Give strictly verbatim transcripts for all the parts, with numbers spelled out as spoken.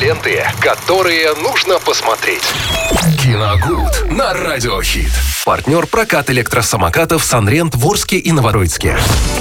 Ленты, которые нужно посмотреть. Киногуд на Радиохит. Партнер прокат электросамокатов «Санрент» в Орске и Новороссийске.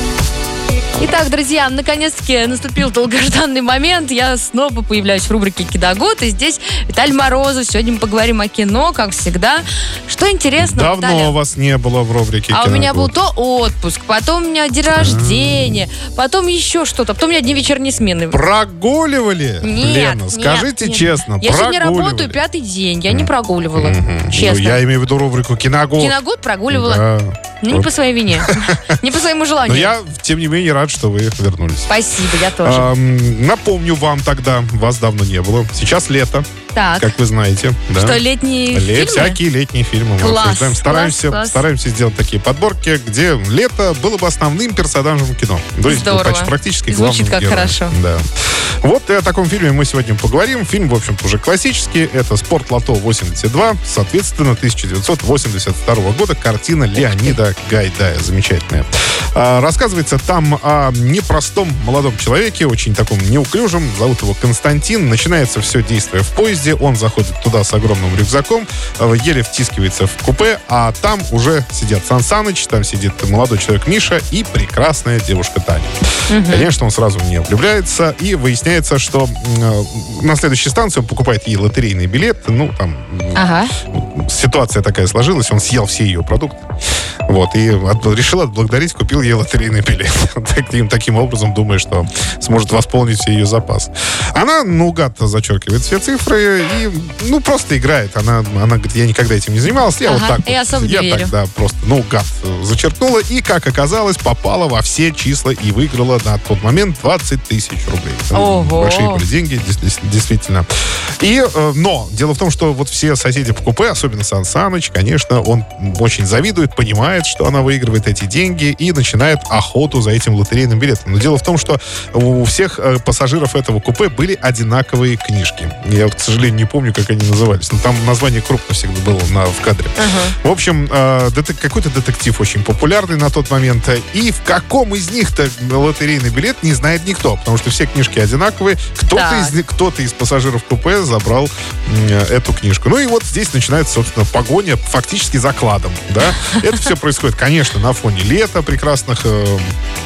Итак, друзья, наконец-таки наступил долгожданный момент. Я снова появляюсь в рубрике «Киногуд». И здесь Виталий Морозов. Сегодня мы поговорим о кино, как всегда. Что интересно, Давно Виталий? вас не было в рубрике А «Киногуд». у меня был то отпуск, потом у меня день рождения, потом еще что-то, потом у меня дни вечерней смены. Прогуливали? Нет, Лена, нет, скажите нет. честно, Я сегодня прогуливали? работаю пятый день, я не прогуливала, Мгм. честно. Ну, я имею в виду рубрику «Киногуд». Киногуд прогуливала, Да. но не по своей вине, не по своему Но желанию. я, тем не менее, рад, что вы вернулись. Спасибо, я тоже. Ам, напомню вам тогда, вас давно не было. Сейчас лето, Так, как вы знаете. Да? что, летние Ле- фильмы? Всякие летние фильмы мы Класс, обсуждаем. Стараемся, класс, класс. стараемся сделать такие подборки, где лето было бы основным персонажем кино. То есть Здорово. почти практически Звучит главным как героем. хорошо. Да. Вот и о таком фильме мы сегодня поговорим. Фильм, в общем-то, уже классический. Это «Спорт Лото восемьдесят два». Соответственно, тысяча девятьсот восемьдесят второго года. Картина Леонида Гайдая. Замечательная. А, рассказывается там о непростом молодом человеке, очень таком неуклюжем. Зовут его Константин. Начинается все действие в поезде. Он заходит туда с огромным рюкзаком, э, еле втискивается в купе, а там уже сидят Сан Саныч, там сидит молодой человек Миша и прекрасная девушка Таня. Мгм. Конечно, он сразу в нее влюбляется, и выясняется, что э, на следующей станции он покупает ей лотерейный билет. Ну, там Ага. ситуация такая сложилась, он съел все ее продукты. Вот, и от- решил отблагодарить, купил ей лотерейный билет. Таким, таким образом, думая, что сможет восполнить все ее запас. Она наугад зачеркивает все цифры и, ну, просто играет. Она, она говорит, я никогда этим не занималась, я Ага, вот так я вот, особо не я верю. тогда просто наугад зачеркнула, и, как оказалось, попала во все числа и выиграла на тот момент двадцать тысяч рублей. Ого. Большие были деньги, дес- действительно. И, э, но, дело в том, что вот все соседи по купе, особенно Сан Саныч, конечно, он очень завидует, понимает, что она выигрывает эти деньги и начинает охоту за этим лотерейным билетом. Но дело в том, что у всех э, пассажиров этого купе были одинаковые книжки. Я вот, к сожалению, не помню, как они назывались, но там название крупно всегда было на, в кадре. Ага. В общем, э, детек- какой-то детектив очень популярный на тот момент, и в каком из них-то лотерейный билет не знает никто, потому что все книжки одинаковые. Кто-то Так. из, них- кто-то из пассажиров купе забрал м, эту книжку. Ну и вот здесь начинается, собственно, погоня фактически за кладом. Да? Это все происходит, конечно, на фоне лета, прекрасных... э,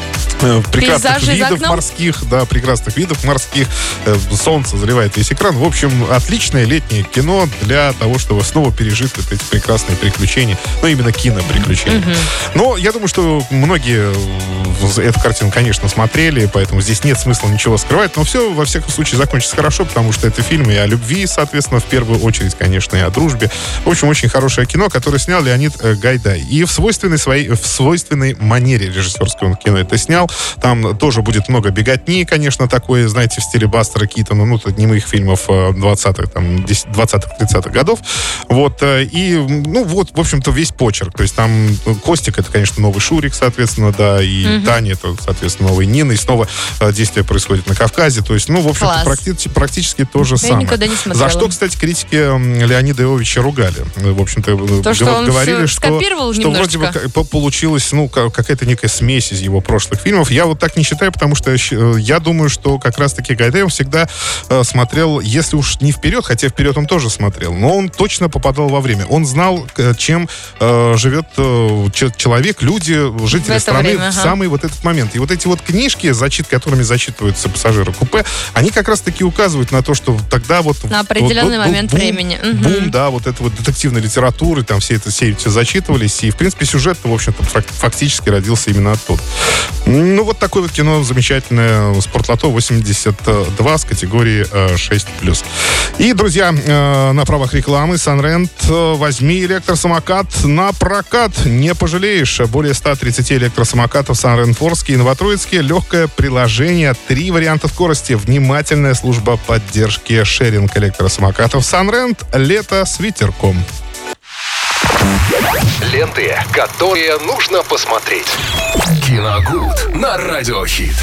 э, прекрасных Пейзажи из видов окна? морских, да, прекрасных видов морских. Э, Солнце заливает весь экран. В общем, отличное летнее кино для того, чтобы снова пережить вот эти прекрасные приключения. Ну, именно киноприключения. Мгм. Но я думаю, что многие э, эту картину, конечно, смотрели, поэтому здесь нет смысла ничего скрывать. Но все, во всяком случае, закончится хорошо, потому что это фильм и о любви, соответственно, в первую очередь, конечно, и о дружбе. В общем, очень хорошее кино, которое снял Леонид э, Гайдай. И в свойственной, своей, в свойственной манере режиссерского он кино это снял. Там тоже будет много беготни, конечно, такое, знаете, в стиле Бастера Китона, ну, тут немых фильмов э, двадцатых, там, двадцатых-тридцатых годов. Вот, э, и, ну, вот, в общем-то, весь почерк. То есть там Костик, это, конечно, новый Шурик, соответственно, да, и Мгм. Таня, это, соответственно, новая Нина, и снова э, действие происходит на Кавказе. То есть, ну, в общем-то, Класс. практи- практически то же Я самое. никогда не смотрела. За что, кстати, критики м, Леонида Иовича ругали. В общем-то, То, что гов- он говорили, всё что, скопировал что вроде бы немножечко. как- по- получилась, ну, ка- какая-то некая смесь из его прошлых фильмов. Я вот так не считаю, потому что э, я думаю, что как раз-таки Гайдай он всегда э, смотрел, если уж не вперед, хотя вперед он тоже смотрел, но он точно попадал во время. Он знал, к- чем э, живет э, ч- человек, люди, жители это страны время, в ага. самый вот этот момент. И вот эти вот книжки, зачит, которыми зачитываются пассажиры купе, они как раз-таки указывают на то, что тогда вот... На вот- определенный вот был момент бум, времени. Мгм. Бум, да, вот это вот детективной литературы, там все это все, все зачитывались. И, в принципе, сюжет, в общем-то, фак- фактически родился именно оттуда. Ну, вот такое вот кино замечательное. «Спортлото» восемьдесят два с категории э, шесть плюс. И, друзья, э, на правах рекламы «Санрент», э, возьми электросамокат на прокат. Не пожалеешь. Более ста тридцати электросамокатов «Санрент» в Орске и Новотроицке. Легкое приложение. Три варианта скорости. Внимательная служба поддержки. Шеринг электросамокатов «Санрент». Лето с ветерком. Ленты, которые нужно посмотреть. Киногуд на Радиохит.